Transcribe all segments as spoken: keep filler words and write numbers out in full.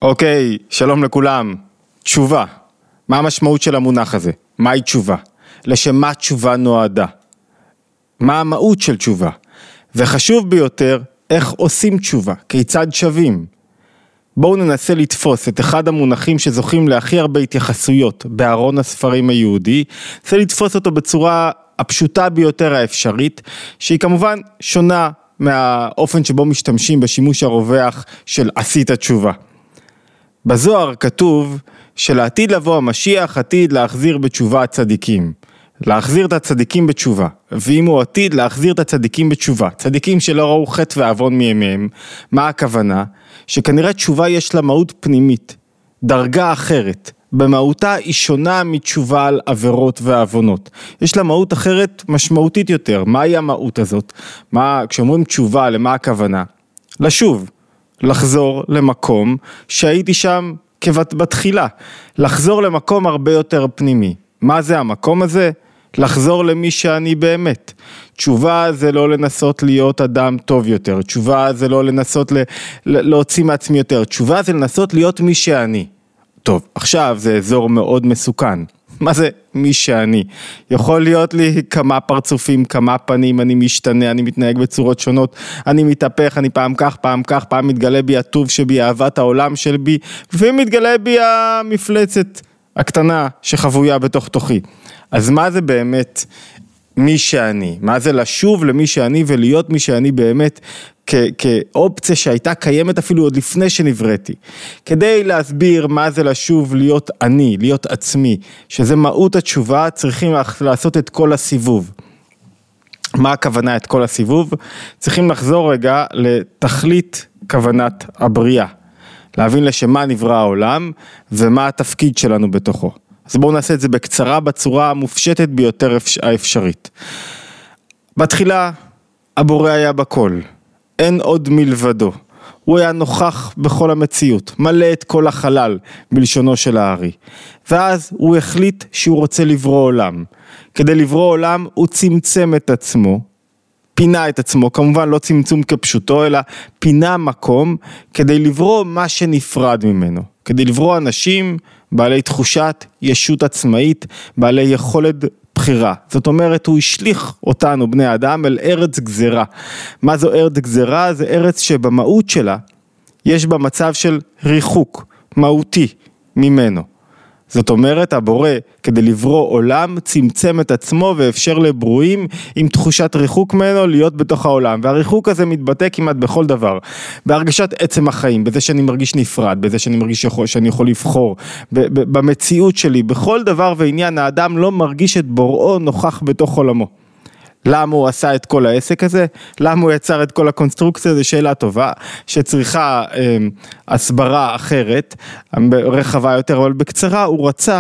אוקיי, שלום לכולם. תשובה. מה המשמעות של המונח הזה? מהי תשובה? לשם מה תשובה נועדה? מה המהות של תשובה? וחשוב ביותר, איך עושים תשובה? כיצד שווים? בואו ננסה לתפוס את אחד המונחים שזוכים להכי הרבה התייחסויות בארון הספרים היהודי, ננסה לתפוס אותו בצורה הפשוטה ביותר האפשרית, שהיא כמובן שונה מהאופן שבו משתמשים בשימוש הרווח של עשית תשובה. בזוהר כתוב שלעתיד לבוא המשיח עתיד להחזיר בתשובה הצדיקים, להחזיר את הצדיקים בתשובה, ואם הוא עתיד להחזיר את הצדיקים בתשובה, צדיקים שלא ראו חטא ועוון מימיהם, מה הכוונה? שכנראה תשובה יש לה מהות פנימית, דרגה אחרת, במהותה היא שונה מתשובה על עבירות ועוונות, יש לה מהות אחרת משמעותית יותר. מהי המהות הזאת? מה, כשאומרים תשובה, למה הכוונה? לשוב, לחזור למקום שהייתי שם בתחילה, לחזור למקום הרבה יותר פנימי. מה זה המקום הזה? לחזור למי שאני באמת. תשובה זה לא לנסות להיות אדם טוב יותר, תשובה זה לא לנסות ל- להוציא מעצמי יותר, תשובה זה לנסות להיות מי שאני. טוב, עכשיו זה אזור מאוד מסוכן. מה זה מי שאני? יכול להיות לי כמה פרצופים, כמה פנים, אני משתנה, אני מתנהג בצורות שונות, אני מתהפך, אני פעם כך, פעם כך, פעם מתגלה בי הטוב שבי, אהבת העולם של בי, לפעמים מתגלה בי המפלצת הקטנה שחבויה בתוך תוכי. אז מה זה באמת מי שאני? מה זה לשוב למי שאני ולהיות מי שאני באמת כ- כאופציה שהייתה קיימת אפילו עוד לפני שנבראתי? כדי להסביר מה זה לשוב להיות אני, להיות עצמי, שזה מהות התשובה, צריכים לעשות את כל הסיבוב. מה הכוונה את כל הסיבוב? צריכים לחזור רגע לתכלית כוונת הבריאה, להבין לשמה נברא העולם ומה התפקיד שלנו בתוכו. אז בואו נעשה את זה בקצרה, בצורה המופשטת ביותר האפשרית. בתחילה, הבורא היה בכל, אין עוד מלבדו. הוא היה נוכח בכל המציאות, מלא את כל החלל, בלשונו של הארי. ואז הוא החליט שהוא רוצה לברוא עולם. כדי לברוא עולם, הוא צמצם את עצמו, פינה את עצמו, כמובן לא צמצום כפשוטו, אלא פינה מקום, כדי לברוא מה שנפרד ממנו. כדי לברוא אנשים בעלי תחושת ישות עצמאית, בעלי יכולת בחירה. זאת אומרת, הוא השליך אותנו, בני האדם, אל ארץ גזרה. מה זו ארץ גזרה? זה ארץ שבמהות שלה, יש בה מצב של ריחוק, מהותי, ממנו. זאת אומרת, הבורא, כדי לברוא עולם, צמצם את עצמו ואפשר לברואים עם תחושת ריחוק ממנו להיות בתוך העולם. והריחוק הזה מתבטא כמעט בכל דבר. בהרגשת עצם החיים, בזה שאני מרגיש נפרד, בזה שאני מרגיש יכול, שאני יכול לבחור, במציאות שלי, בכל דבר ועניין, האדם לא מרגיש את בוראו נוכח בתוך עולמו. למה הוא עשה את כל העסק הזה? למה הוא יצר את כל הקונסטרוקציה? זו שאלה טובה, שצריכה אה, הסברה אחרת, רחבה יותר, אבל בקצרה הוא רצה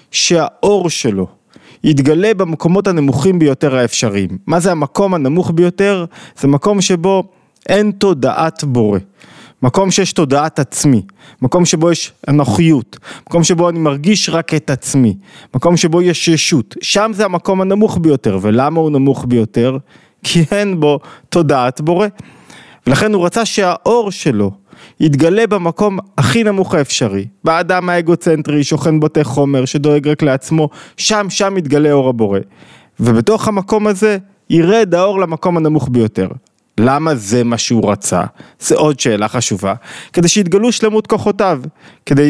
שהאור שלו יתגלה במקומות הנמוכים ביותר האפשריים. מה זה המקום הנמוך ביותר? זה מקום שבו אין תודעת בורא. מקום שיש תודעת עצמי, מקום שבו יש אנוכיות, מקום שבו אני מרגיש רק את עצמי, מקום שבו יש ישות, שם זה המקום הנמוך ביותר. ולמה הוא נמוך ביותר? כי אין בו תודעת בורא. ולכן הוא רצה שהאור שלו יתגלה במקום הכי נמוך האפשרי, באדם האגוצנטרי, שוכן בוטה חומר, שדואג רק לעצמו, שם שם יתגלה אור הבורא. ובתוך המקום הזה ירד האור למקום הנמוך ביותר. למה זה מה שהוא רצה? זה עוד שאלה חשובה. כדי שיתגלו שלמות כוחותיו, כדי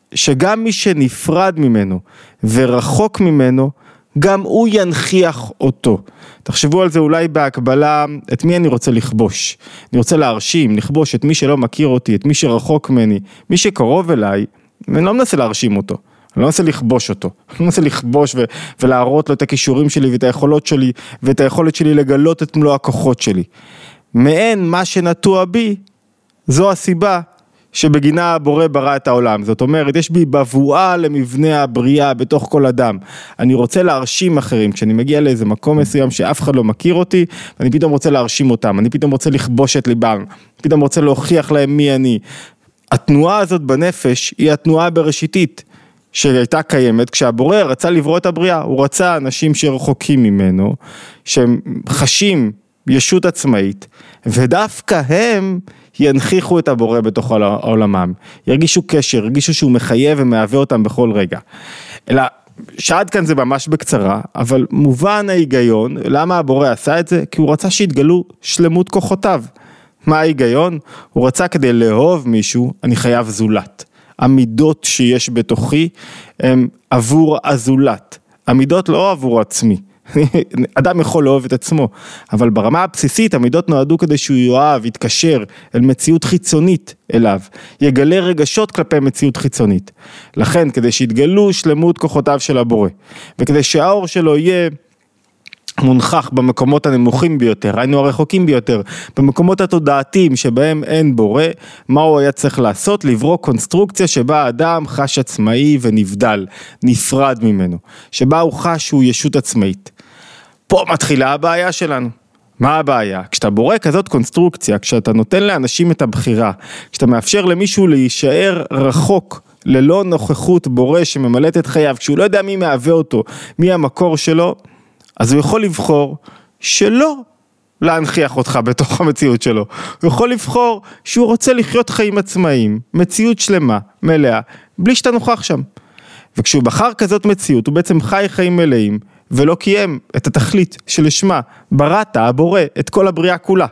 שגם מי שנפרד ממנו ורחוק ממנו, גם הוא ינחיח אותו. תחשבו על זה אולי בהקבלה, את מי אני רוצה לכבוש? אני רוצה להרשים, לכבוש את מי שלא מכיר אותי, את מי שרחוק ממני, מי שקרוב אליי, אני לא מנסה להרשים אותו. אני לא מנסה לכבוש אותו, אני לא מנסה לכבוש ו- ולהראות לו את הכישורים שלי ואת היכולות שלי, ואת היכולת שלי לגלות את מלוא הכוחות שלי. מעין מה שנטוע בי, זו הסיבה שבגינה הבורא ברא את העולם. זאת אומרת, יש בי בבואה למבנה הבריאה בתוך כל אדם. אני רוצה להרשים אחרים, כשאני מגיע לאיזה מקום מסוים שאף אחד לא מכיר אותי, ואני פתאום רוצה להרשים אותם, אני פתאום רוצה לכבוש את ליבם, פתאום רוצה להוכיח להם מי אני. התנועה הזאת בנפש היא התנועה בראשיתית, שהייתה קיימת כשהבורא רצה לברוא את הבריאה. הוא רצה אנשים שרחוקים ממנו, שהם חשים ישות עצמאית, ודווקא הם ינכיחו את הבורא בתוך העולמם, ירגישו קשר, ירגישו שהוא מחייב ומהווה אותם בכל רגע. אלא שעד כאן זה ממש בקצרה, אבל מובן ההיגיון, למה הבורא עשה את זה? כי הוא רצה שיתגלו שלמות כוחותיו. מה ההיגיון? הוא רצה כדי לאהוב מישהו, אני חייב זולת. המידות שיש בתוכי הם עבור הזולת. המידות לא עבור עצמי. אדם יכול לאהוב את עצמו, אבל ברמה הבסיסית המידות נועדו כדי שהוא יאהב, יתקשר אל מציאות חיצונית אליו, יגלה רגשות כלפי מציאות חיצונית. לכן כדי שיתגלו שלמות כוחותיו של הבורא, וכדי שהאור שלו יהיה מונחח במקומות הנמוכים ביותר, היינו הרחוקים ביותר, במקומות התודעתיים שבהם אין בורא, מה הוא היה צריך לעשות? לברוא קונסטרוקציה שבה האדם חש עצמאי ונבדל, נפרד ממנו, שבה הוא חש שהוא ישות עצמאית. פה מתחילה הבעיה שלנו. מה הבעיה? כשאתה בורא כזאת קונסטרוקציה, כשאתה נותן לאנשים את הבחירה, כשאתה מאפשר למישהו להישאר רחוק, ללא נוכחות בורא שממלאת את חייו, כשהוא לא יודע מי מהווה אותו, מי המקור שלו, אז הוא יכול לבחור שלא להנחיח אותך בתוך המציאות שלו. הוא יכול לבחור שהוא רוצה לחיות חיים עצמאיים, מציאות שלמה, מלאה, בלי שאתה נוכח שם. וכשהוא בחר כזאת מציאות, הוא בעצם חי חיים מלאים, ולא קיים את התכלית שלשמה, בראת, הבורא, את כל הבריאה כולה.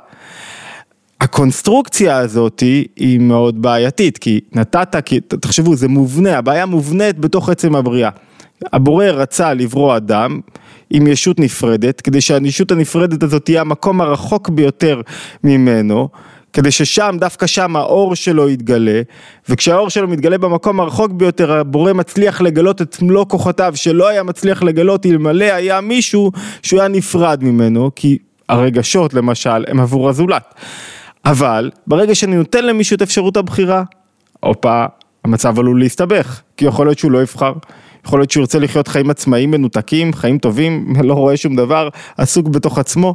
הקונסטרוקציה הזאת היא מאוד בעייתית, כי נתת, כי תחשבו, זה מובנה, הבעיה מובנית בתוך עצם הבריאה. הבורא רצה לברוא אדם עם ישות נפרדת, כדי שהישות הנפרדת הזאת תהיה המקום הרחוק ביותר ממנו, כדי ששם, דווקא שם האור שלו יתגלה, וכשהאור שלו מתגלה במקום הרחוק ביותר, הבורא מצליח לגלות את מלוא כוחותיו, שלא היה מצליח לגלות אלמלא היה מישהו שהוא היה נפרד ממנו, כי הרגשות למשל הם עבור הזולת. אבל ברגע שאני נותן למישהו את אפשרות הבחירה, אופה, המצב עלול להסתבך, כי יכול להיות שהוא לא יבחר, יכול להיות שהוא ירצה לחיות חיים עצמאיים מנותקים, חיים טובים, לא רואה שום דבר, עסוק בתוך עצמו.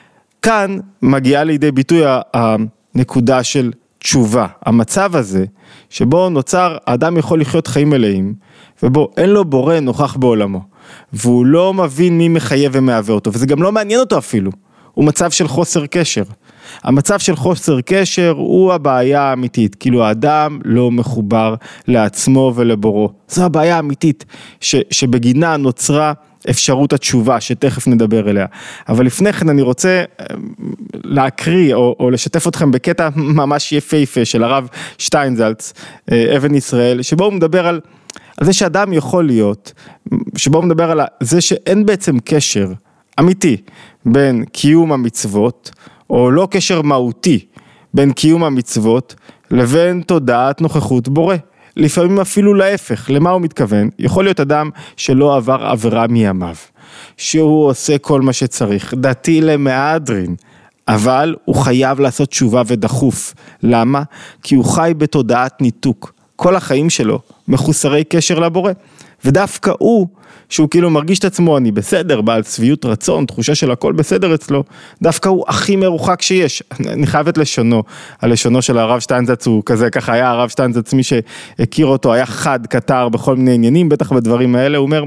כאן מגיעה לידי ביטוי הנקודה של תשובה. המצב הזה, שבו נוצר, האדם יכול לחיות חיים מלאים, ובו אין לו בורא נוכח בעולמו, והוא לא מבין מי מחייב ומהווה אותו, וזה גם לא מעניין אותו אפילו. הוא מצב של חוסר קשר. המצב של חוסר קשר הוא הבעיה האמיתית, כאילו האדם לא מחובר לעצמו ולבורו. זו הבעיה האמיתית ש, שבגינה נוצרה אפשרות התשובה, שתכף נדבר אליה. אבל לפני כן אני רוצה להקריא או, או לשתף אתכם בקטע ממש יפהפה של הרב שטיינזלץ, אבן ישראל, שבו הוא מדבר על, על זה שאדם יכול להיות, שבו הוא מדבר על זה שאין בעצם קשר אמיתי בין קיום המצוות, או לא קשר מהותי בין קיום המצוות לבין תודעת נוכחות בורא. לפעמים אפילו להפך, למה הוא מתכוון? יכול להיות אדם שלא עבר עבירה מימיו, שהוא עושה כל מה שצריך, דתי למהדרין, אבל הוא חייב לעשות תשובה ודחוף. למה? כי הוא חי בתודעת ניתוק. כל החיים שלו מחוסרי קשר לבורא. ודווקא הוא, שהוא כאילו מרגיש את עצמו, אני בסדר, בעל צביעות רצון, תחושה של הכל בסדר אצלו, דווקא הוא הכי מרוחק שיש. אני חייב את לשונו, הלשונו של הרב שטיינזלץ הוא כזה, ככה היה הרב שטיינזלץ, מי שהכיר אותו, היה חד, קטר בכל מיני עניינים, בטח בדברים האלה, הוא אומר,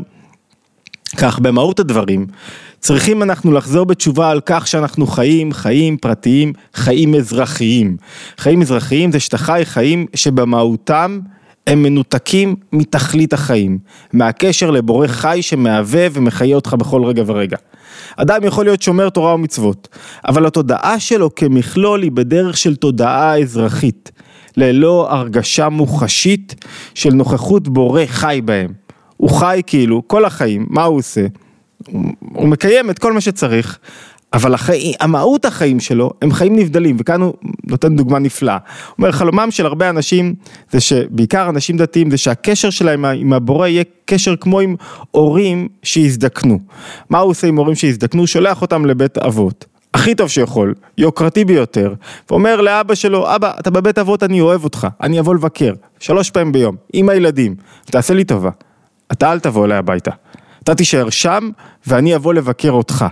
כך במהות הדברים, צריכים אנחנו לחזור בתשובה על כך שאנחנו חיים, חיים פרטיים, חיים אזרחיים. חיים אזרחיים זה שאתה חי חיים שבמהותם, הם מנותקים מתכלית החיים, מהקשר לבורא חי שמהווה ומחיה אותך בכל רגע ורגע. אדם יכול להיות שומר תורה ומצוות, אבל התודעה שלו כמכלול היא בדרך של תודעה אזרחית, ללא הרגשה מוחשית של נוכחות בורא חי בהם. הוא חי כאילו, כל החיים, מה הוא עושה? הוא מקיים את כל מה שצריך, אבל החיים, המהות החיים שלו הם חיים נבדלים, וכאן הוא נותן דוגמה נפלאה. הוא אומר, חלומם של הרבה אנשים, זה שבעיקר אנשים דתיים, זה שהקשר שלהם עם הבורא יהיה קשר כמו עם הורים שהזדקנו. מה הוא עושה עם הורים שהזדקנו? שולח אותם לבית אבות. הכי טוב שיכול, יוקרתי ביותר, ואומר לאבא שלו, אבא, אתה בבית אבות, אני אוהב אותך, אני אבוא לבקר, שלוש פעמים ביום, עם הילדים, תעשה לי טובה, אתה אל תבוא אליי הביתה, אתה תישאר שם, ואני אבוא לבקר אותך.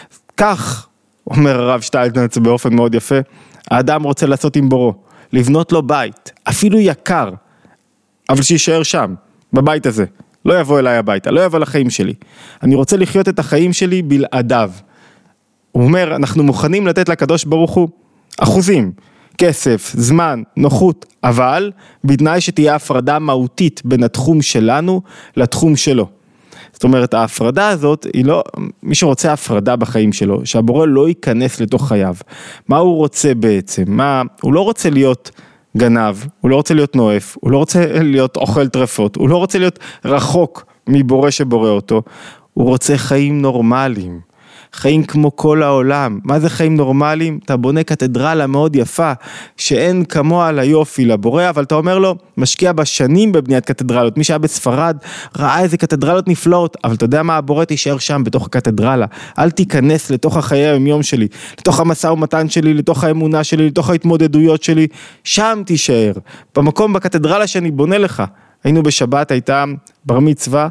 כך, אומר הרב שטיינזלץ באופן מאוד יפה, האדם רוצה לעשות עם בורו, לבנות לו בית, אפילו יקר, אבל שישאר שם, בבית הזה, לא יבוא אליי הביתה, לא יבוא לחיים שלי. אני רוצה לחיות את החיים שלי בלעדיו. הוא אומר, אנחנו מוכנים לתת לקדוש ברוך הוא אחוזים, כסף, זמן, נוחות, אבל בתנאי שתהיה הפרדה מהותית בין התחום שלנו לתחום שלו. זאת אומרת, ההפרדה הזאת היא לא, מי שרוצה הפרדה בחיים שלו, שהבורא לא ייכנס לתוך חייו. מה הוא רוצה בעצם? מה, הוא לא רוצה להיות גנב, הוא לא רוצה להיות נואף, הוא לא רוצה להיות אוכל טרפות, הוא לא רוצה להיות רחוק מבורא שבורא אותו, הוא רוצה חיים נורמליים. חיים כמו כל העולם. מה זה חיים נורמליים? אתה בונה קתדרלה מאוד יפה, שאין כמוה ליופי לבורא, אבל אתה אומר לו, משקיע בשנים בבניית קתדרלות. מי שהיה בספרד, ראה איזה קתדרלות נפלאות, אבל אתה יודע מה? הבורא תישאר שם בתוך הקתדרלה. אל תיכנס לתוך החיי היומיום שלי, לתוך המשא ומתן שלי, לתוך האמונה שלי, לתוך ההתמודדויות שלי. שם תישאר. במקום בקתדרלה שאני בונה לך. היינו בשבת, הייתה בר מצווה,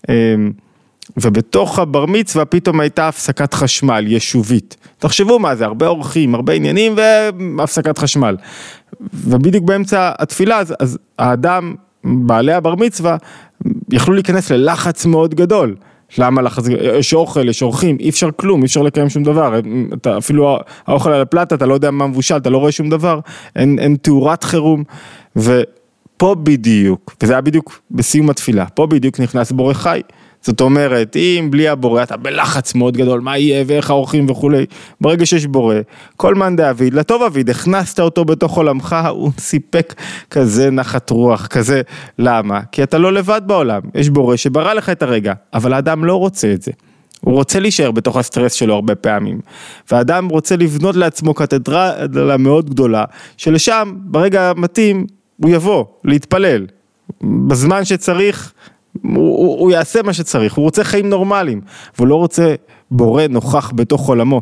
ובתוך הבר מצווה פתאום הייתה הפסקת חשמל יישובית. תחשבו מה זה, הרבה אורחים, הרבה עניינים והפסקת חשמל. ובדיוק באמצע התפילה, אז, אז האדם, בעלי הבר מצווה, יכלו להיכנס ללחץ מאוד גדול. למה לחץ? יש אוכל, יש אורחים, אי אפשר כלום, אי אפשר לקיים שום דבר. אתה, אפילו האוכל על הפלטה, אתה לא יודע מה מבושל, אתה לא רואה שום דבר. אין, אין תאורת חירום. ופה בדיוק, וזה היה בדיוק בסיום התפילה, פה בדיוק נכנס בורא חי. זאת אומרת, אם בלי הבורא, אתה בלחץ מאוד גדול, מה יהיה ואיך האורחים וכולי. ברגע שיש בורא, כל מאן דעביד, לטוב עביד, הכנסת אותו בתוך עולמך, הוא סיפק כזה נחת רוח, כזה. למה? כי אתה לא לבד בעולם. יש בורא שברא לך את הרגע, אבל האדם לא רוצה את זה. הוא רוצה להישאר בתוך הסטרס שלו הרבה פעמים. והאדם רוצה לבנות לעצמו קתדרלה מאוד גדולה, שלשם, ברגע המתאים, הוא יבוא להתפלל. בזמן שצריך, הוא, הוא, הוא יעשה מה שצריך, הוא רוצה חיים נורמליים, והוא לא רוצה בורא נוכח בתוך עולמו.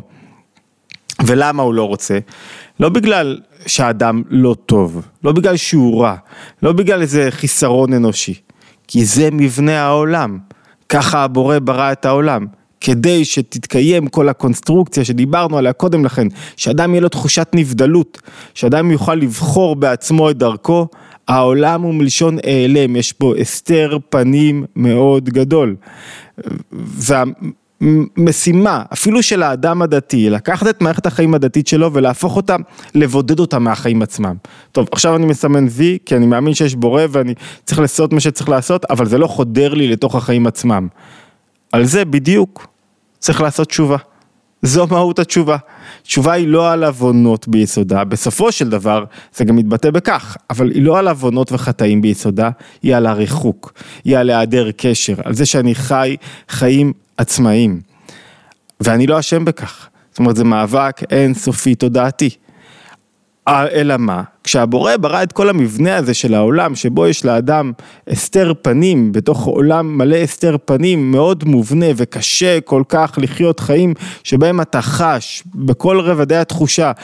ולמה הוא לא רוצה? לא בגלל שהאדם לא טוב, לא בגלל שהוא רע, לא בגלל איזה חיסרון אנושי, כי זה מבנה העולם, ככה הבורא ברא את העולם, כדי שתתקיים כל הקונסטרוקציה שדיברנו עליה קודם לכן, שאדם יהיה לו תחושת נבדלות, שאדם יוכל לבחור בעצמו את דרכו, העולם הוא מלשון העלם, יש פה הסתר פנים מאוד גדול. והמשימה, אפילו של האדם הדתי, לקחת את מערכת החיים הדתית שלו ולהפוך אותה, לבודד אותה מהחיים עצמם. טוב, עכשיו אני מסמן וי, כי אני מאמין שיש בורא ואני צריך לעשות מה שצריך לעשות, אבל זה לא חודר לי לתוך החיים עצמם. על זה בדיוק צריך לעשות תשובה. זו מהות התשובה. תשובה היא לא על עוונות ביסודה, בסופו של דבר זה גם מתבטא בכך, אבל היא לא על עוונות וחטאים ביסודה, היא על הריחוק, היא על היעדר קשר, על זה שאני חי חיים עצמאיים, ואני לא אשם בכך, זאת אומרת זה מאבק אינסופי תודעתי, אלא מה? כשהבורא ברא את כל המבנה הזה של העולם, שבו יש לאדם הסתר פנים, בתוך עולם מלא הסתר פנים, מאוד מובנה וקשה כל כך לחיות חיים, שבהם אתה חש, בכל רבדי התחושה,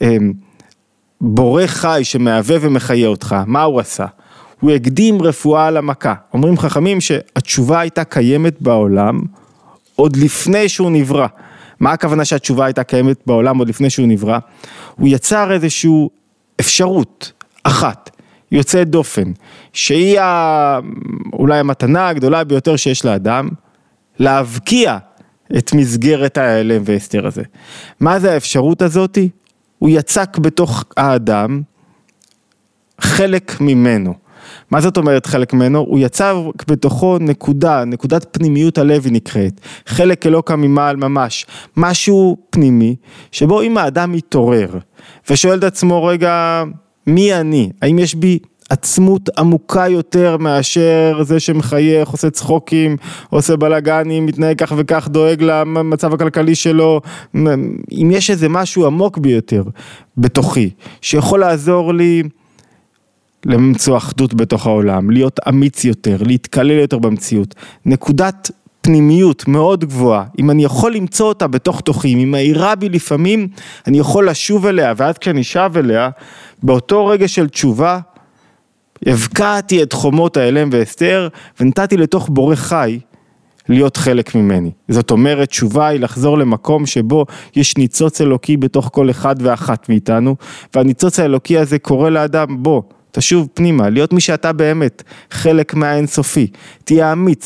בורא חי שמהווה ומחיה אותך, מה הוא עשה? הוא הקדים רפואה על המכה. אומרים חכמים שהתשובה הייתה קיימת בעולם, עוד לפני שהוא נברא. מה הכוונה שהתשובה הייתה קיימת בעולם עוד לפני שהוא נברא? הוא יצר איזושהי אפשרות אחת, יוצאת דופן, שהיא אולי המתנה הגדולה ביותר שיש לאדם, להבקיע את מסגרת ההיעלם וההסתר הזה. מה זה האפשרות הזאת? הוא יצק בתוך האדם חלק ממנו. מה זאת אומרת חלק ממנו? הוא יצר בתוכו נקודה, נקודת פנימיות הלב היא נקראת, חלק אלוקה ממעל ממש, משהו פנימי, שבו אם האדם מתעורר, ושואל את עצמו רגע, מי אני? האם יש בי עצמות עמוקה יותר מאשר זה שמחייך, עושה צחוקים, עושה בלגנים, מתנהג כך וכך, דואג למצב הכלכלי שלו, אם יש איזה משהו עמוק ביותר בתוכי, שיכול לעזור לי למצוא אחדות בתוך העולם, להיות אמיץ יותר, להתקלל יותר במציאות, נקודת פנימיות מאוד גבוהה, אם אני יכול למצוא אותה בתוך תוכי, אם היא מהירה בי לפעמים, אני יכול לשוב אליה, ואז כשאני שב אליה, באותו רגע של תשובה, הבקעתי את חומות ההלם והסתר, ונתתי לתוך בורא חי, להיות חלק ממני. זאת אומרת, תשובה היא לחזור למקום שבו יש ניצוץ אלוקי בתוך כל אחד ואחת מאיתנו, והניצוץ האלוקי הזה קורא לאדם בו, תשוב פנימה, להיות מי שאתה באמת, חלק מהאינסופי, תהיה אמיץ,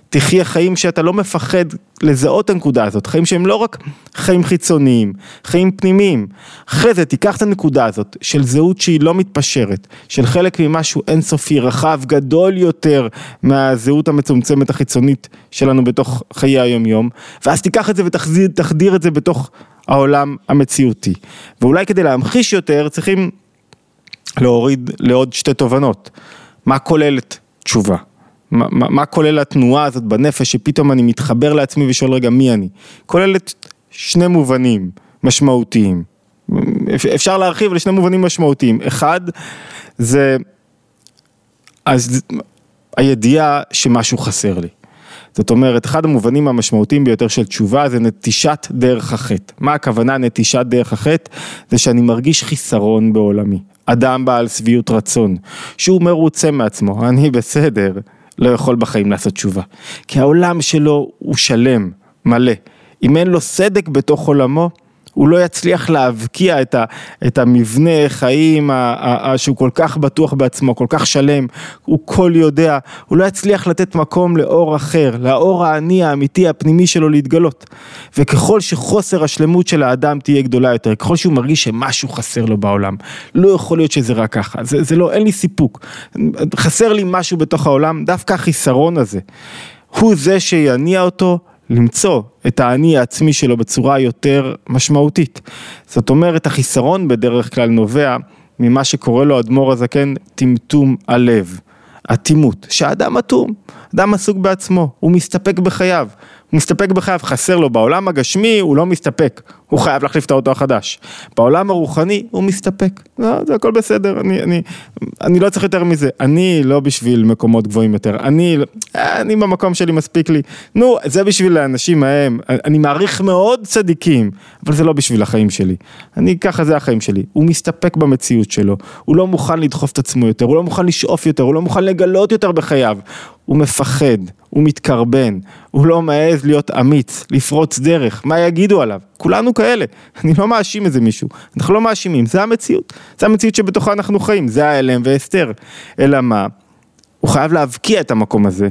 תחיה חיים שאתה לא מפחד לזהות את הנקודה הזאת, חיים שהם לא רק חיים חיצוניים, חיים פנימיים. אחרי זה תיקח את הנקודה הזאת של זהות שהיא לא מתפשרת, של חלק ממשהו אינסופי, רחב, גדול יותר מהזהות המצומצמת החיצונית שלנו בתוך חיי היום יום, ואז תיקח את זה ותחדיר את זה בתוך העולם המציאותי. ואולי כדי להמחיש יותר צריכים להוריד לעוד שתי תובנות. מה כוללת תשובה? מה, מה, מה כולל התנועה הזאת בנפש שפתאום אני מתחבר לעצמי ושואל רגע מי אני? כוללת שני מובנים משמעותיים. אפשר להרחיב לשני מובנים משמעותיים. אחד, זה אז, הידיעה שמשהו חסר לי. זאת אומרת, אחד המובנים המשמעותיים ביותר של תשובה זה נטישת דרך החטא. מה הכוונה נטישת דרך החטא? זה שאני מרגיש חיסרון בעולמי. אדם בעל שביעות רצון, שהוא מרוצה מעצמו, אני בסדר, לא יכול בחיים לעשות תשובה. כי העולם שלו הוא שלם, מלא. אם אין לו סדק בתוך עולמו, הוא לא יצליח להבקיע את, ה, את המבנה חיים ה, ה, ה, שהוא כל כך בטוח בעצמו, כל כך שלם, הוא כל יודע, הוא לא יצליח לתת מקום לאור אחר, לאור העני האמיתי הפנימי שלו להתגלות. וככל שחוסר השלמות של האדם תהיה גדולה יותר, ככל שהוא מרגיש שמשהו חסר לו בעולם, לא יכול להיות שזה רק ככה, זה, זה לא, אין לי סיפוק, חסר לי משהו בתוך העולם, דווקא החיסרון הזה, הוא זה שיניע אותו, למצוא את האני העצמי שלו בצורה יותר משמעותית. זאת אומרת, החיסרון בדרך כלל נובע ממה שקורא לו אדמו"ר הזקן, טמטום הלב, אטימות, שהאדם אטום, אדם עסוק בעצמו, הוא מסתפק בחייו, הוא מסתפק בחייו, חסר לו בעולם הגשמי, הוא לא מסתפק, הוא חייב להחליף את האוטו החדש. בעולם הרוחני הוא מסתפק, לא, זה הכל בסדר, אני, אני, אני לא צריך יותר מזה, אני לא בשביל מקומות גבוהים יותר, אני, אני במקום שלי מספיק לי, נו, זה בשביל האנשים ההם, אני מעריך מאוד צדיקים, אבל זה לא בשביל החיים שלי, אני ככה זה החיים שלי, הוא מסתפק במציאות שלו, הוא לא מוכן לדחוף את עצמו יותר, הוא לא מוכן לשאוף יותר, הוא לא מוכן לגלות יותר בחייו, הוא מפחד, הוא מתקרבן, הוא לא מעז להיות אמיץ, לפרוץ דרך, מה יגידו עליו? כולנו כאלה, אני לא מאשים איזה מישהו, אנחנו לא מאשימים, זה המציאות, זה המציאות שבתוכה אנחנו חיים, זה האלם ואסתר, אלא מה? הוא חייב להבקיע את המקום הזה,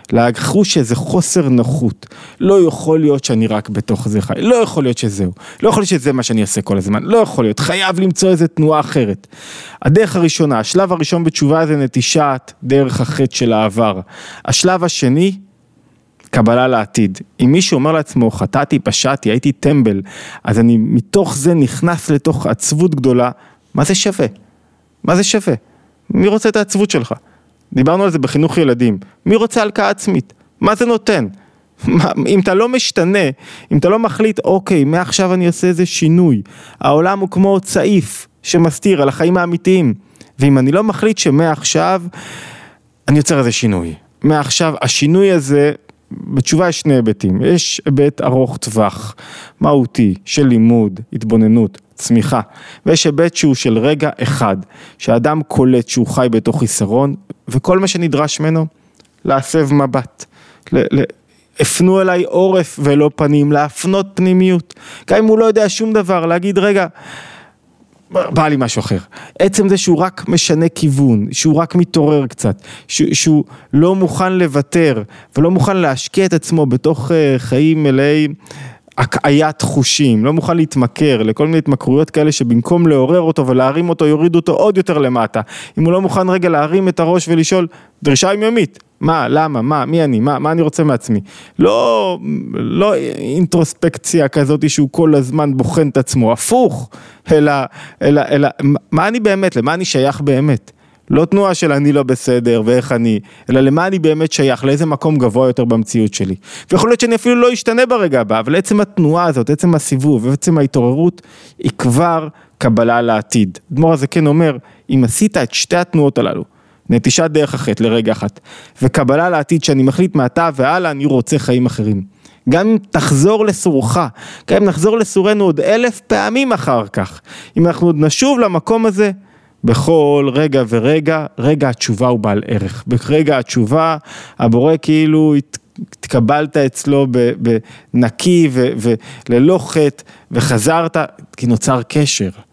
להחוש שזה חוסר נוחות, לא יכול להיות שאני רק בתוך זה חי, לא יכול להיות שזהו, לא יכול להיות שזה מה שאני אעשה כל הזמן, לא יכול להיות, חייב למצוא איזו תנועה אחרת. הדרך הראשונה, השלב הראשון בתשובה זה נטישת דרך החטא של העבר. השלב השני, קבלה לעתיד. אם מישהו אומר לעצמו, חטאתי, פשעתי, הייתי טמבל, אז אני מתוך זה נכנס לתוך עצבות גדולה, מה זה שווה? מה זה שווה? מי רוצה את העצבות שלך? דיברנו על זה בחינוך ילדים. מי רוצה הלקאה עצמית? מה זה נותן? מה, אם אתה לא משתנה, אם אתה לא מחליט, אוקיי, מעכשיו אני עושה איזה שינוי. העולם הוא כמו צעיף שמסתיר על החיים האמיתיים. ואם אני לא מחליט שמעכשיו אני יוצר איזה שינוי. מעכשיו השינוי הזה, בתשובה יש שני היבטים. יש היבט ארוך טווח, מהותי, של לימוד, התבוננות, צמיחה. ויש היבט שהוא של רגע אחד, שהאדם קולט שהוא חי בתוך חיסרון, וכל מה שנדרש ממנו, להסב מבט. ל- ל- הפנו אליי עורף ולא פנים, להפנות פנימיות. גם אם הוא לא יודע שום דבר, להגיד רגע, בא לי משהו אחר. עצם זה שהוא רק משנה כיוון, שהוא רק מתעורר קצת, שהוא לא מוכן לוותר, ולא מוכן להשקיע את עצמו בתוך חיים מלאי הקעיית חושים, לא מוכן להתמכר לכל מיני התמכרויות כאלה שבמקום לעורר אותו ולהרים אותו, יוריד אותו עוד יותר למטה. אם הוא לא מוכן רגע להרים את הראש ולשאול, דרישה יומיומית, מה, למה, מה, מי אני, מה, מה אני רוצה מעצמי? לא, לא אינטרוספקציה כזאת שהוא כל הזמן בוחן את עצמו, הפוך, אלא, אלא, אלא, מה אני באמת, למה אני שייך באמת? לא תנועה של אני לא בסדר ואיך אני, אלא למה אני באמת שייך, לאיזה מקום גבוה יותר במציאות שלי. ויכול להיות שאני אפילו לא אשתנה ברגע הבא, אבל עצם התנועה הזאת, עצם הסיבוב, עצם ההתעוררות, היא כבר קבלה לעתיד. אדמו"ר הזקן אומר, אם עשית את שתי התנועות הללו, נטישת דרך אחת לרגע אחת, וקבלה לעתיד שאני מחליט מעתה והלאה, אני רוצה חיים אחרים. גם אם תחזור לסורך, גם אם נחזור לסורנו עוד אלף פעמים אחר כך, אם אנחנו עוד נשוב למקום הזה, בכל רגע ורגע, רגע התשובה הוא בעל ערך. ברגע התשובה, הבורא כאילו התקבלת אצלו בנקי וללא חטא, וחזרת, כי נוצר קשר.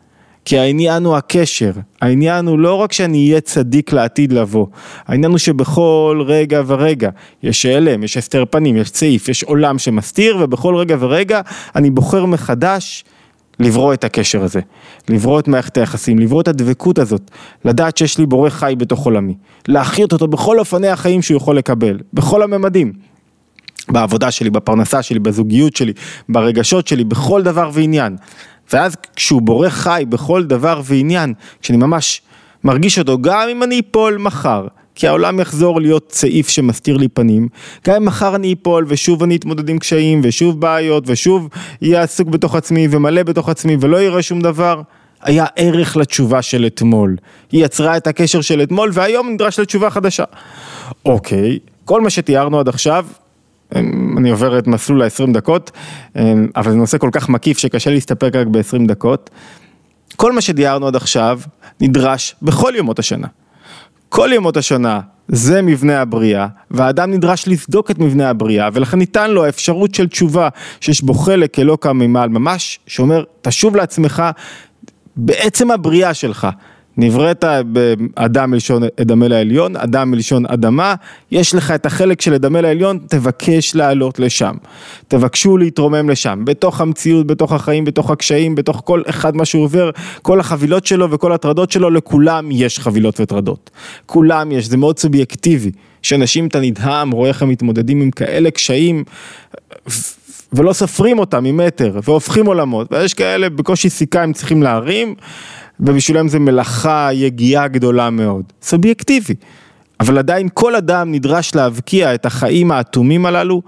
כי העניין הוא הקשר, העניין הוא לא רק שאני אהיה צדיק לעתיד לבוא, העניין הוא שבכל רגע ורגע יש אלם, יש הסתר פנים, יש צעיף, יש עולם שמסתיר, ובכל רגע ורגע אני בוחר מחדש לברוא את הקשר הזה, לברוא את מערכת היחסים, לברוא את הדבקות הזאת, לדעת שיש לי בורא חי בתוך עולמי, להחיות אותו בכל אופני החיים שהוא יכול לקבל, בכל הממדים, בעבודה שלי, בפרנסה שלי, בזוגיות שלי, ברגשות שלי, בכל דבר ועניין. ואז כשהוא בורא חי בכל דבר ועניין, כשאני ממש מרגיש אותו, גם אם אני אפול מחר, כי העולם יחזור להיות צעיף שמסתיר לי פנים, גם אם מחר אני אפול ושוב אני אתמודד עם קשיים ושוב בעיות ושוב יהיה עסוק בתוך עצמי ומלא בתוך עצמי ולא יראה שום דבר, היה ערך לתשובה של אתמול. היא יצרה את הקשר של אתמול והיום נדרש לתשובה חדשה. אוקיי, כל מה שתיארנו עד עכשיו, אני עובר את מסלול ל-עשרים דקות, אבל זה נושא כל כך מקיף שקשה להסתפק רק ב-עשרים דקות. כל מה שתיארנו עד עכשיו נדרש בכל ימות השנה. כל ימות השנה זה מבנה הבריאה, והאדם נדרש לבדוק את מבנה הבריאה, ולכן ניתן לו האפשרות של תשובה, שיש בו חלק אלוקא ממעל ממש, שאומר, תשוב לעצמך בעצם הבריאה שלך. נבראת באדם מלשון אדמה לעליון, אדם מלשון אדמה, יש לך את החלק של אדמה לעליון, תבקש לעלות לשם, תבקשו להתרומם לשם, בתוך המציאות, בתוך החיים, בתוך הקשיים, בתוך כל אחד מה שהוא עובר, כל החבילות שלו וכל הטרדות שלו, לכולם יש חבילות וטרדות, כולם יש, זה מאוד סובייקטיבי, שאנשים אתה נדהם, רואה איך הם מתמודדים עם כאלה קשיים, ולא ספרים אותם ממטר, והופכים עולמות, ויש כאלה בקושי סיכה הם צריכים להרים, ובשבילם זה מלאכה, יגיעה גדולה מאוד, סובייקטיבי, אבל עדיין כל אדם נדרש להבקיע את החיים האטומים הללו,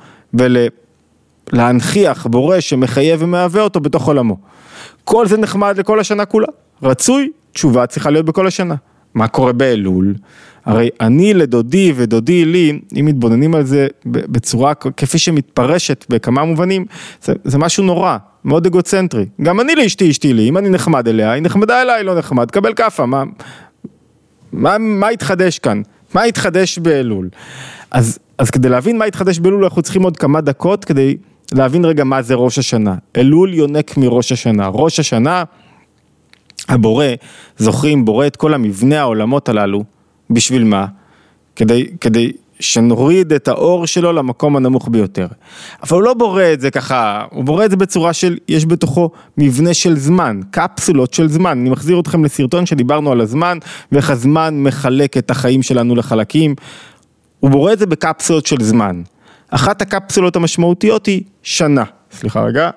ולהנחיח בורא שמחייב ומהווה אותו בתוך עולמו. כל זה נחמד לכל השנה כולה, רצוי, תשובה צריכה להיות בכל השנה. מה קורה באלול? הרי אני לדודי ודודי לי, אם מתבוננים על זה בצורה כפי שמתפרשת בכמה מובנים, זה, זה משהו נורא, מאוד אגוצנטרי. גם אני לאשתי, אשתי לי, אם אני נחמד אליה, היא נחמדה אליי, לא נחמד, קבל כפה, מה, מה, מה יתחדש כאן? מה יתחדש באלול? אז, אז כדי להבין מה יתחדש באלול, אנחנו צריכים עוד כמה דקות כדי להבין רגע מה זה ראש השנה. אלול יונק מראש השנה. ראש השנה, הבורא, זוכרים, בורא את כל המבנה העולמות הללו, בשביל מה? כדי, כדי שנוריד את האור שלו למקום הנמוך ביותר. אבל הוא לא בורא את זה ככה, הוא בורא את זה בצורה של, יש בתוכו מבנה של זמן, קפסולות של זמן. אני מחזיר אתכם לסרטון שדיברנו על הזמן, ואיך הזמן מחלק את החיים שלנו לחלקים. הוא בורא את זה בקפסולות של זמן. אחת הקפסולות המשמעותיות היא שנה. סליחה רגע.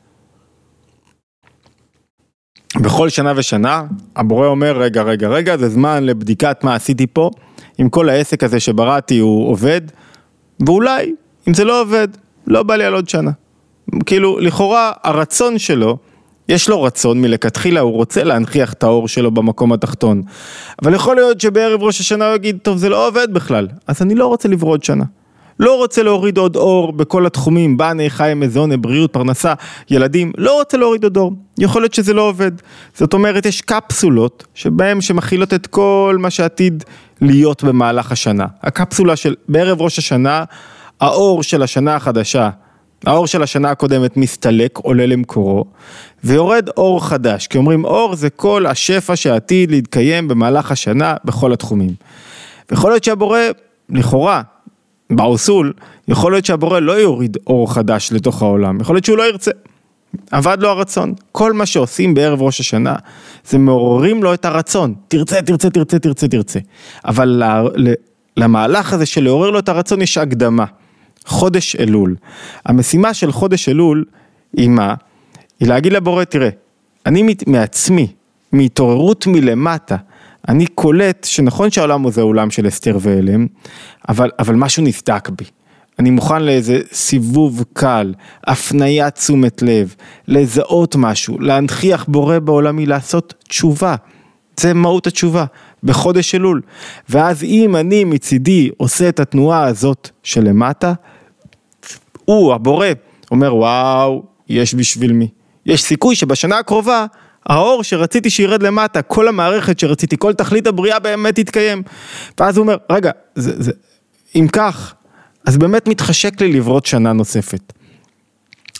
בכל שנה ושנה, הבורא אומר, רגע, רגע, רגע, זה זמן לבדיקת מה עשיתי פה, אם כל העסק הזה שבראתי הוא עובד, ואולי, אם זה לא עובד, לא בא לי על עוד שנה. כאילו, לכאורה, הרצון שלו, יש לו רצון מלכתחילה, הוא רוצה להנחיח את האור שלו במקום התחתון, אבל יכול להיות שבערב ראש השנה הוא יגיד, טוב, זה לא עובד בכלל, אז אני לא רוצה לברוא עוד שנה. לא רוצה להוריד עוד אור בכל התחומים, בנה, חיים, מזון, בריאות, פרנסה, ילדים, לא רוצה להוריד עוד אור, יכול להיות שזה לא עובד. זאת אומרת, יש קפסולות שבהם שמכילות את כל מה שעתיד להיות במהלך השנה. הקפסולה של בערב ראש השנה, האור של השנה החדשה, האור של השנה הקודמת מסתלק, עולה למקורו, ויורד אור חדש, כי אומרים אור זה כל השפע שעתיד להתקיים במהלך השנה בכל התחומים. ויכול להיות שהבורא, לכאורה, באוסול, יכול להיות שהבורא לא יוריד אור חדש לתוך העולם, יכול להיות שהוא לא ירצה, עבד לו הרצון. כל מה שעושים בערב ראש השנה, זה מעוררים לו את הרצון, תרצה, תרצה, תרצה, תרצה, תרצה. אבל למהלך הזה של לעורר לו את הרצון יש הקדמה, חודש אלול. המשימה של חודש אלול היא מה? היא להגיד לבורא, תראה, אני מעצמי, מהתעוררות מלמטה, אני קולט שנכון שהעולם הזה עולם של הסתר ואלם, אבל, אבל משהו נסדק בי. אני מוכן לאיזה סיבוב קל, הפניית תשומת לב, לזהות משהו, להנחיח בורא בעולמי, לעשות תשובה. זה מהות התשובה, בחודש אלול. ואז אם אני מצידי עושה את התנועה הזאת שלמטה, הוא, הבורא, אומר וואו, יש בשביל מי. יש סיכוי שבשנה הקרובה, האור שרציתי שירד למטה, כל המערכת שרציתי, כל תכלית הבריאה באמת תתקיים. ואז הוא אומר, רגע, זה, זה, אם כך, אז באמת מתחשק לי לברות שנה נוספת.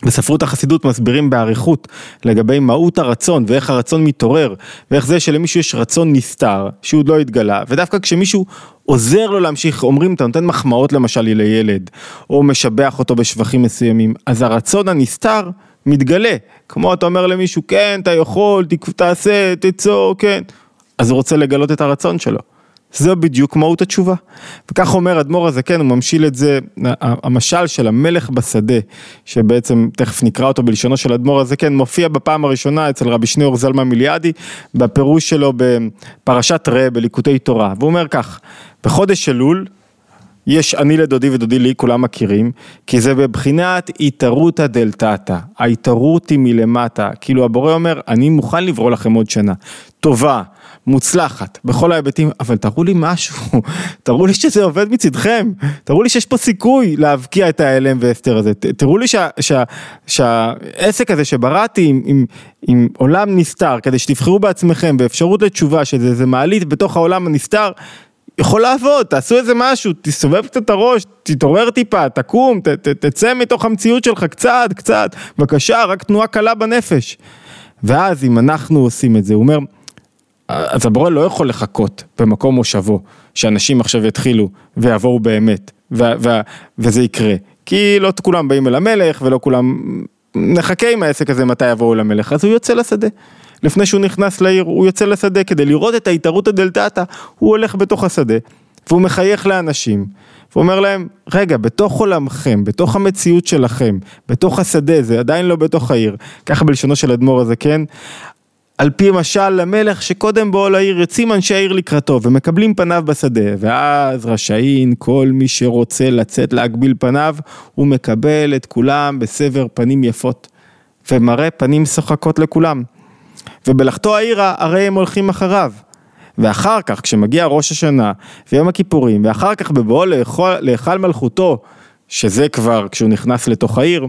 בספרות החסידות מסבירים באריכות לגבי מהות הרצון ואיך הרצון מתעורר, ואיך זה שלמישהו יש רצון נסתר, שהוא עוד לא התגלה, ודווקא כשמישהו עוזר לו להמשיך, אומרים, אתה נותן מחמאות למשל לילד, או משבח אותו בשבחים מסוימים, אז הרצון הנסתר מתגלה, כמו אתה אומר למישהו, כן, אתה יכול, תעשה, תצור, כן, אז הוא רוצה לגלות את הרצון שלו. זה בדיוק מהות התשובה. וכך אומר אדמו"ר הזקן, הוא ממשיל את זה, המשל של המלך בשדה, שבעצם תכף נקרא אותו בלשונו של אדמו"ר הזקן, מופיע בפעם הראשונה אצל רבי שניאור זלמן מיליאדי, בפירוש שלו בפרשת ראה בליקוטי תורה, והוא אומר כך, בחודש אלול, יש אני לדודי ודודי לי, כולם מכירים, כי זה בבחינת התערותא דלתתא, ההתערות היא מלמטה, כאילו הבורא אומר, אני מוכן לברוא לכם עוד שנה, טובה, מוצלחת, בכל ההיבטים, אבל תראו לי משהו, תראו לי שזה עובד מצדכם, תראו לי שיש פה סיכוי להבקיע את ההלם והסתר הזה, תראו לי שה, שה, שהעסק הזה שבראתי עם, עם, עם עולם נסתר, כדי שתבחרו בעצמכם, באפשרות לתשובה, שזה זה מעלית בתוך העולם הנסתר, יכול לעבוד, תעשו איזה משהו, תסובב קצת את הראש, תתעורר טיפה, תקום, ת, ת, תצא מתוך המציאות שלך קצת, קצת, בבקשה, רק תנועה קלה בנפש. ואז אם אנחנו עושים את זה, הוא אומר, אז הבורא לא יכול לחכות במקום מושבו, שאנשים עכשיו יתחילו ויעברו באמת, ו- ו- וזה יקרה. כי לא כולם באים אל המלך, ולא כולם נחכה עם העסק הזה מתי יבואו למלך, אז הוא יוצא לשדה. לפני שהוא נכנס לעיר, הוא יוצא לשדה כדי לראות את ההתערותא דלתתא, הוא הולך בתוך השדה, והוא מחייך לאנשים, והוא אומר להם, רגע, בתוך עולמכם, בתוך המציאות שלכם, בתוך השדה, זה עדיין לא בתוך העיר, ככה בלשונו של אדמו"ר הזקן, על פי משל למלך שקודם בו לעיר יוצאים אנשי העיר לקראתו ומקבלים פניו בשדה, ואז רשאין כל מי שרוצה לצאת להגביל פניו, הוא מקבל את כולם בסבר פנים יפות, ומראה פנים שוחקות לכולם. ובלכתו העירה הרי הם הולכים אחריו, ואחר כך כשמגיע ראש השנה ויום הכיפורים, ואחר כך בבואו להיכל מלכותו, שזה כבר כשהוא נכנס לתוך העיר,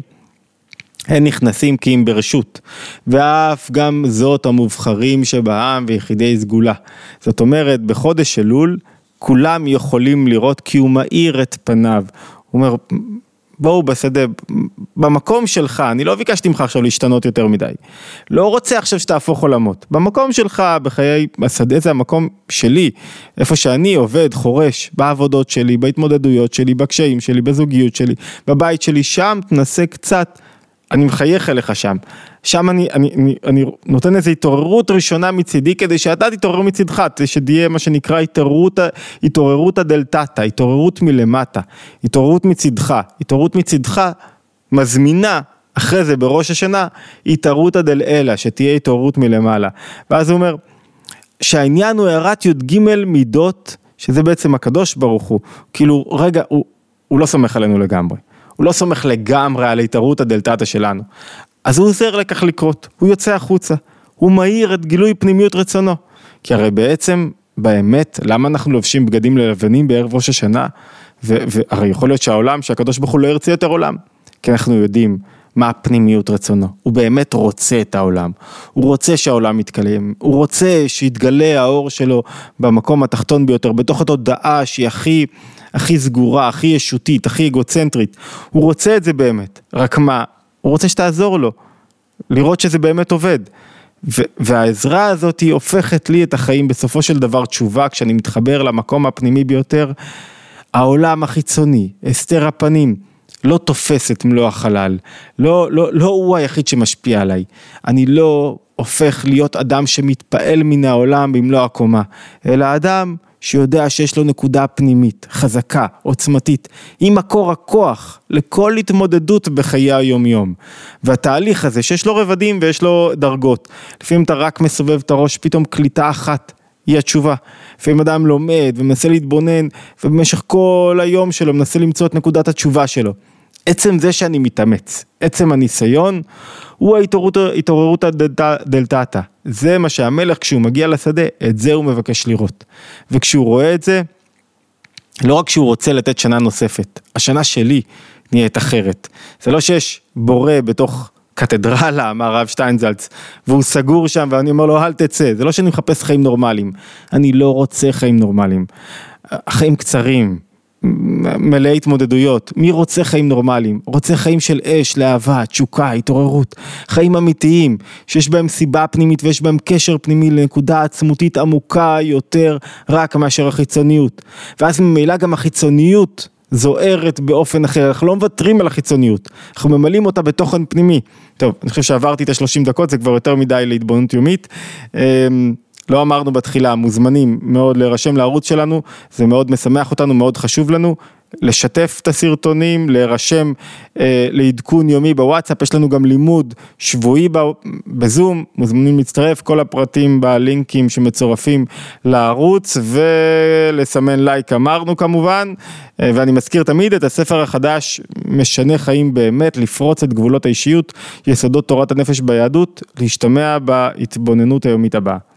הם נכנסים כי הם ברשות, ואף גם זאת המובחרים שבעם ויחידי סגולה. זאת אומרת, בחודש אלול, כולם יכולים לראות כי הוא מאיר את פניו. הוא אומר, בואו בשדה, במקום שלך, אני לא ביקשתי ממך עכשיו להשתנות יותר מדי. לא רוצה עכשיו שתהפוך עולמות. במקום שלך, בחיי השדה, זה המקום שלי, איפה שאני עובד, חורש, בעבודות שלי, בהתמודדויות שלי, בקשיים שלי, בזוגיות שלי, בבית שלי, שם תנסה קצת, אני מחייך אליך שם, שם אני, אני, אני, אני נותן איזו התעוררות ראשונה מצידי, כדי שאתה תתעורר מצדך, שתהיה מה שנקרא התעוררות, התעוררות דלתתא, התעוררות מלמטה, התעוררות מצדך, התעוררות מצדך מזמינה, אחרי זה בראש השנה, התעוררות דלעילא, שתהיה התעוררות מלמעלה, ואז הוא אומר, שהעניין הוא הערת י"ג מידות, שזה בעצם הקדוש ברוך הוא, כאילו רגע, הוא, הוא לא סומך עלינו לגמרי, הוא לא סומך לגמרי על התעוררות דלתתא שלנו, אז הוא עוזר לכך לקרות, הוא יוצא החוצה, הוא מאיר את גילוי פנימיות רצונו, כי הרי בעצם, באמת, למה אנחנו לובשים בגדים ללבנים בערב ראש השנה, והרי יכול להיות שהעולם, שהקדוש ברוך הוא לא ירצה יותר עולם, כי אנחנו יודעים מה הפנימיות רצונו, הוא באמת רוצה את העולם, הוא רוצה שהעולם יתקיים, הוא רוצה שיתגלה האור שלו במקום התחתון ביותר, בתוך התודעה שהיא הכי, הכי סגורה, הכי ישותית, הכי אגוצנטרית, הוא רוצה את זה באמת, רק מה, הוא רוצה שתעזור לו, לראות שזה באמת עובד, והעזרה הזאת היא הופכת לי את החיים בסופו של דבר תשובה, כשאני מתחבר למקום הפנימי ביותר, העולם החיצוני, הסתר הפנים, לא תופס את מלוא החלל, לא, לא, לא הוא היחיד שמשפיע עליי, אני לא הופך להיות אדם שמתפעל מן העולם במלוא הקומה, אלא אדם שיודע שיש לו נקודה פנימית, חזקה, עוצמתית, עם מקור הכוח לכל התמודדות בחיי היום יום. והתהליך הזה שיש לו רבדים ויש לו דרגות, לפעמים אתה רק מסובב את הראש, פתאום קליטה אחת היא התשובה. לפעמים אדם לומד ומנסה להתבונן, ובמשך כל היום שלו מנסה למצוא את נקודת התשובה שלו. עצם זה שאני מתאמץ, עצם הניסיון, הוא ההתעוררות דלתתא. זה מה שהמלך כשהוא מגיע לשדה, את זה הוא מבקש לראות. וכשהוא רואה את זה, לא רק שהוא רוצה לתת שנה נוספת, השנה שלי נהיית אחרת. זה לא שיש בורא בתוך קתדרלה, אמר הרב שטיינזלץ, והוא סגור שם, ואני אומר לו, אל תצא. זה לא שאני מחפש חיים נורמליים. אני לא רוצה חיים נורמליים. החיים קצרים, מלא התמודדויות. מי רוצה חיים נורמליים? רוצה חיים של אש, לאהבה, תשוקה, התעוררות, חיים אמיתיים, שיש בהם סיבה פנימית ויש בהם קשר פנימי לנקודה עצמותית עמוקה יותר רק מאשר החיצוניות. ואז ממילא גם החיצוניות זוהרת באופן אחר, אנחנו לא מוותרים על החיצוניות, אנחנו ממלאים אותה בתוכן פנימי. טוב, אני חושב שעברתי את ה-שלושים דקות, זה כבר יותר מדי להתבוננות יומית. לא אמרנו בתחילה, מוזמנים מאוד להירשם לערוץ שלנו, זה מאוד משמח אותנו, מאוד חשוב לנו, לשתף את הסרטונים, להירשם אה, לעדכון יומי בוואטסאפ, יש לנו גם לימוד שבועי בזום, מוזמנים להצטרף, כל הפרטים בלינקים שמצורפים לערוץ, ולסמן לייק אמרנו כמובן, אה, ואני מזכיר תמיד את הספר החדש, משנה חיים באמת, לפרוץ את גבולות האישיות, יסודות תורת הנפש ביהדות, להשתמע בהתבוננות היומית הבאה.